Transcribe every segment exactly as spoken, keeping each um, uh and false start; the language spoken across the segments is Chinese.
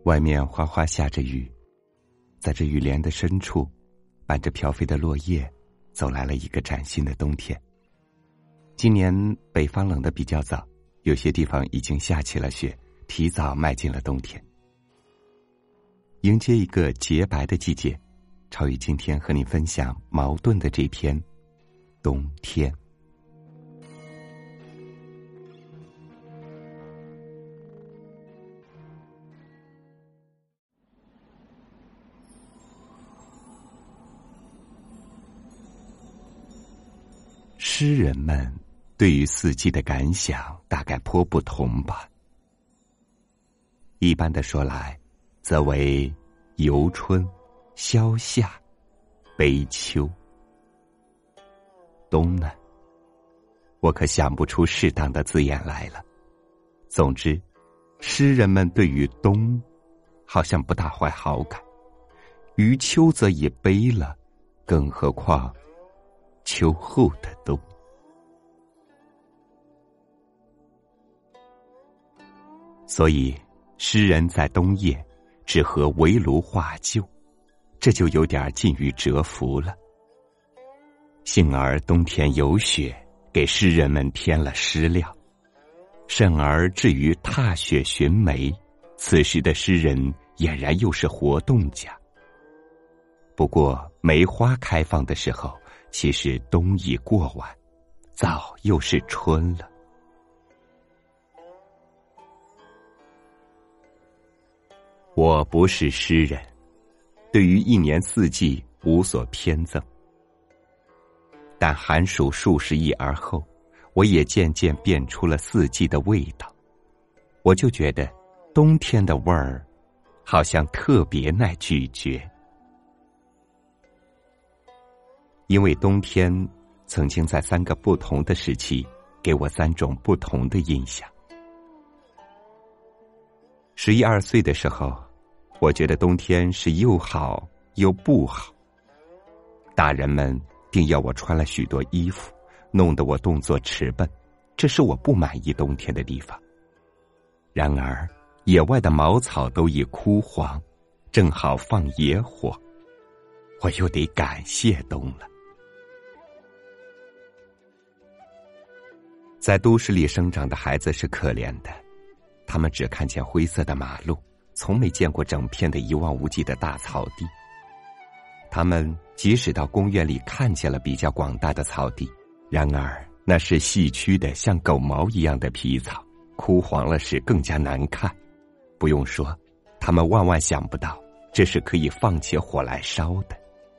外面哗哗下着雨，在这雨帘的深处，伴着飘飞的落叶，走来了一个崭新的冬天。今年北方冷得比较早，有些地方已经下起了雪，提早迈进了冬天。迎接一个洁白的季节，超宇今天和你分享茅盾的这篇《冬天》。诗人们对于四季的感想大概颇不同吧。一般的说来，则为游春、消夏、悲秋。冬呢，我可想不出适当的字眼来了。总之，诗人们对于冬好像不大怀好感，于秋则已悲了，更何况秋后的冬。所以诗人在冬夜只和围炉画旧，这就有点近于蛰伏了。幸而冬天有雪，给诗人们添了诗料。甚而至于踏雪寻梅，此时的诗人俨然又是活动家。不过梅花开放的时候，其实冬已过晚，早又是春了。我不是诗人，对于一年四季无所偏赠。但寒暑数十亿而后，我也渐渐辨出了四季的味道。我就觉得冬天的味儿好像特别耐咀嚼。因为冬天曾经在三个不同的时期给我三种不同的印象。十一二岁的时候，我觉得冬天是又好又不好。大人们定要我穿了许多衣服，弄得我动作迟笨，这是我不满意冬天的地方。然而野外的茅草都已枯黄，正好放野火，我又得感谢冬了。在都市里生长的孩子是可怜的，他们只看见灰色的马路，从没见过整片的一望无际的大草地。他们即使到公园里看见了比较广大的草地，然而那是细曲的像狗毛一样的皮草，枯黄了时更加难看。不用说，他们万万想不到这是可以放起火来烧的。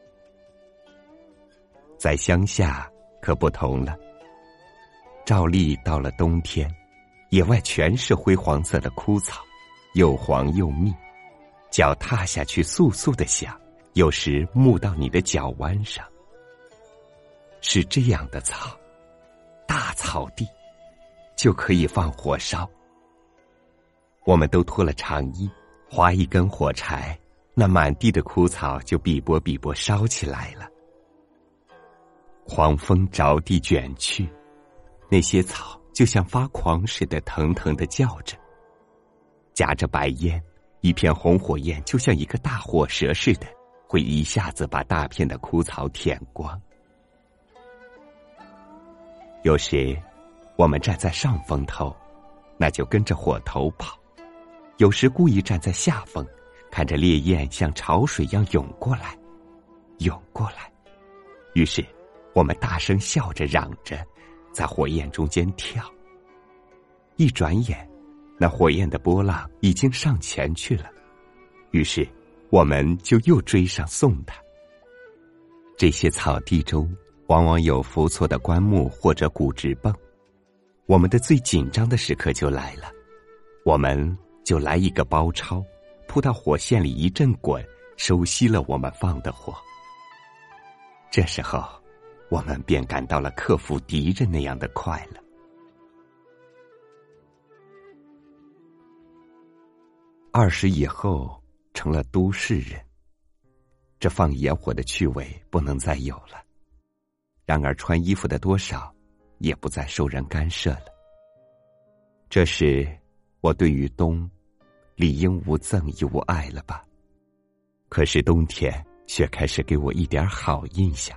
在乡下可不同了，照例到了冬天，野外全是灰黄色的枯草，又黄又密，脚踏下去簌簌的响，有时木到你的脚弯上。是这样的草，大草地就可以放火烧。我们都脱了长衣，划一根火柴，那满地的枯草就碧波碧波烧起来了。狂风着地卷去，那些草就像发狂似的腾腾地叫着，夹着白烟，一片红火焰就像一个大火蛇似的，会一下子把大片的枯草舔光。有时我们站在上风头，那就跟着火头跑；有时故意站在下风，看着烈焰像潮水一样涌过来，涌过来。于是我们大声笑着嚷着，在火焰中间跳。一转眼，那火焰的波浪已经上前去了，于是我们就又追上送他。这些草地中往往有伏错的棺木或者骨直泵，我们的最紧张的时刻就来了，我们就来一个包抄，扑到火线里一阵滚，收熄了我们放的火。这时候我们便感到了克服敌人那样的快乐。二十以后成了都市人，这放野火的趣味不能再有了。然而穿衣服的多少也不再受人干涉了。这时我对于冬理应无憎亦无爱了吧？可是冬天却开始给我一点好印象。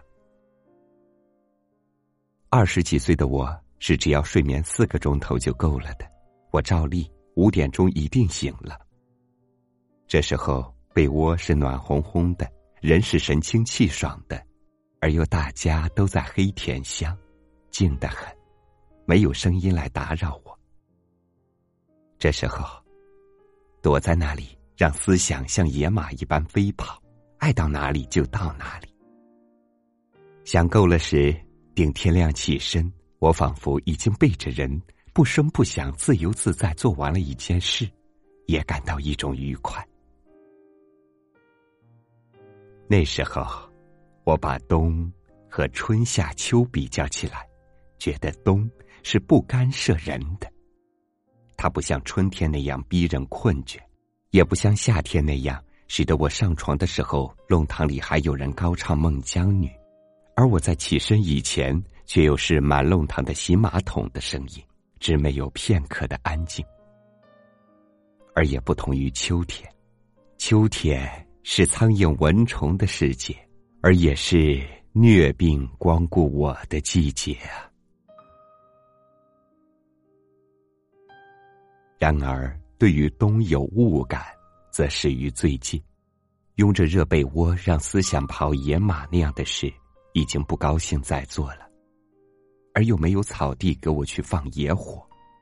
二十几岁的我是只要睡眠四个钟头就够了的，我照例五点钟一定醒了。这时候被窝是暖烘烘的，人是神清气爽的，而又大家都在黑甜乡，静得很，没有声音来打扰我。这时候躲在那里，让思想像野马一般飞跑，爱到哪里就到哪里。想够了时，顶天亮起身，我仿佛已经背着人不声不响自由自在做完了一件事，也感到一种愉快。那时候我把冬和春夏秋比较起来，觉得冬是不干涉人的，它不像春天那样逼人困倦，也不像夏天那样使得我上床的时候弄堂里还有人高唱孟姜女，而我在起身以前却又是满弄堂的洗马桶的声音，只没有片刻的安静。而也不同于秋天，秋天是苍蝇蚊虫的世界，而也是疟病光顾我的季节啊。然而对于冬有雾感，则始于最近。拥着热被窝让思想跑野马那样的事，已经不高兴再做了，而又没有草地给我去放野火。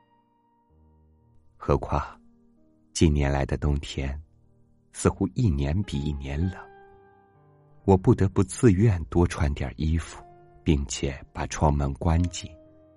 何况近年来的冬天似乎一年比一年冷，我不得不自愿多穿点衣服，并且把窗门关紧。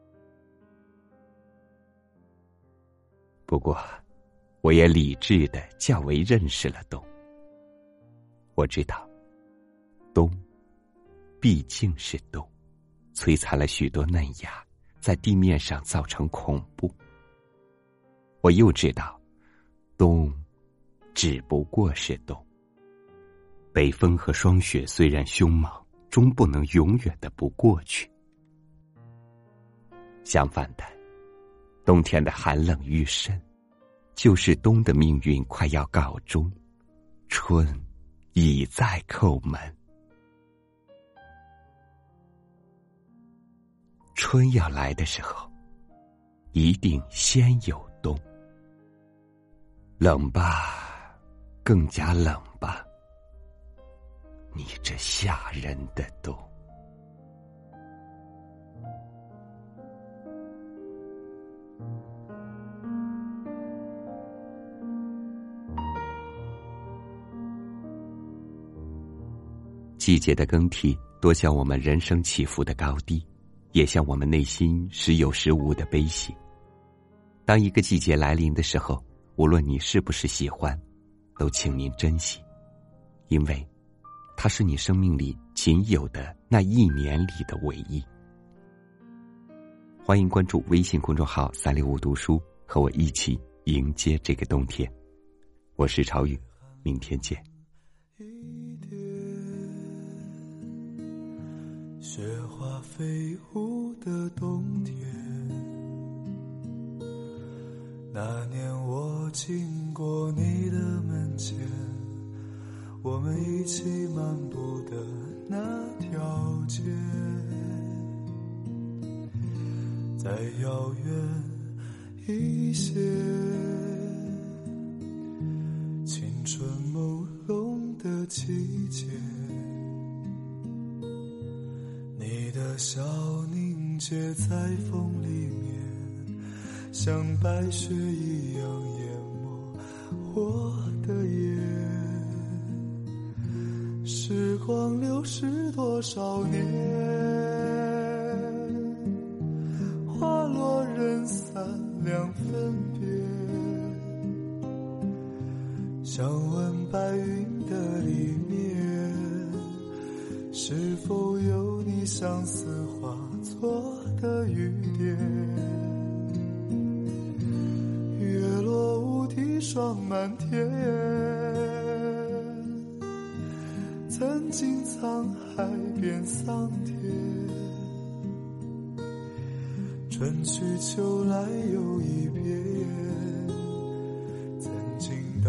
不过我也理智的较为认识了冬。我知道冬毕竟是冬，摧残了许多嫩芽，在地面上造成恐怖。我又知道冬只不过是冬，北风和霜雪虽然凶猛，终不能永远的不过去。相反的，冬天的寒冷愈甚，就是冬的命运快要告终，春已在叩门。春要来的时候，一定先有冬。冷吧，更加冷吧，你这吓人的冬。季节的更替多像我们人生起伏的高低，也像我们内心时有时无的悲喜。当一个季节来临的时候，无论你是不是喜欢，都请您珍惜，因为它是你生命里仅有的那一年里的唯一。欢迎关注微信公众号三六五读书，和我一起迎接这个冬天。我是朝雨，明天见。 雪花飞舞的冬天，那年我经过你的门前，我们一起漫步的那条街，再遥远一些，青春朦胧的季节，你的笑凝结在风里面，像白雪一样淹没我的眼。时光流逝多少年，花落人散两分别。想问白云的里面，是否有你相思化作的雨点？月落乌啼霜满天，曾经沧海变桑田，春去秋来又一遍，曾经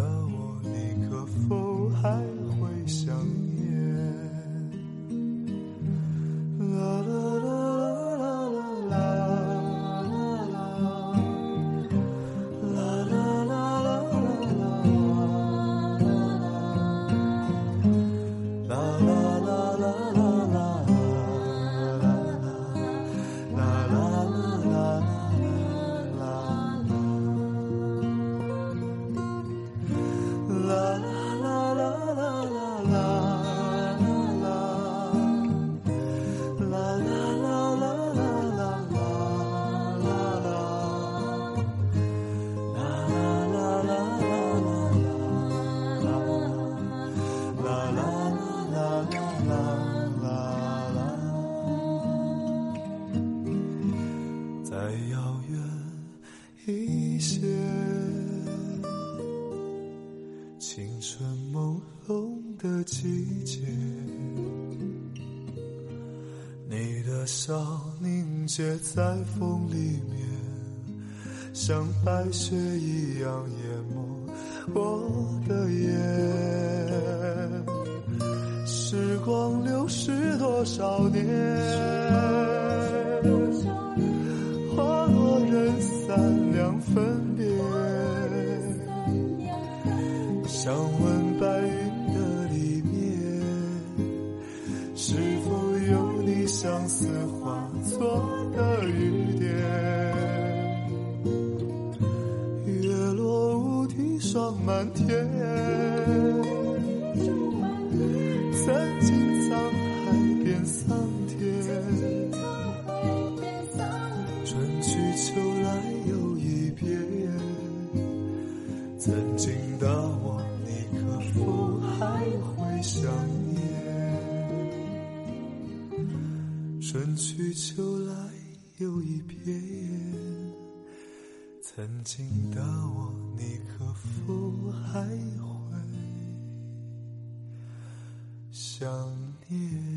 一些，青春朦胧的季节，你的笑凝结在风里面，像白雪一样淹没我的眼。时光流逝多少年，花落人散两分别，想问白云的里面，是否有你相思化作的雨点。月落乌啼霜满天，曾经沧海变桑田，春去秋来又一遍。曾经的我，你可否还会想念？春去秋来又一遍，曾经的我，你可否还会想念？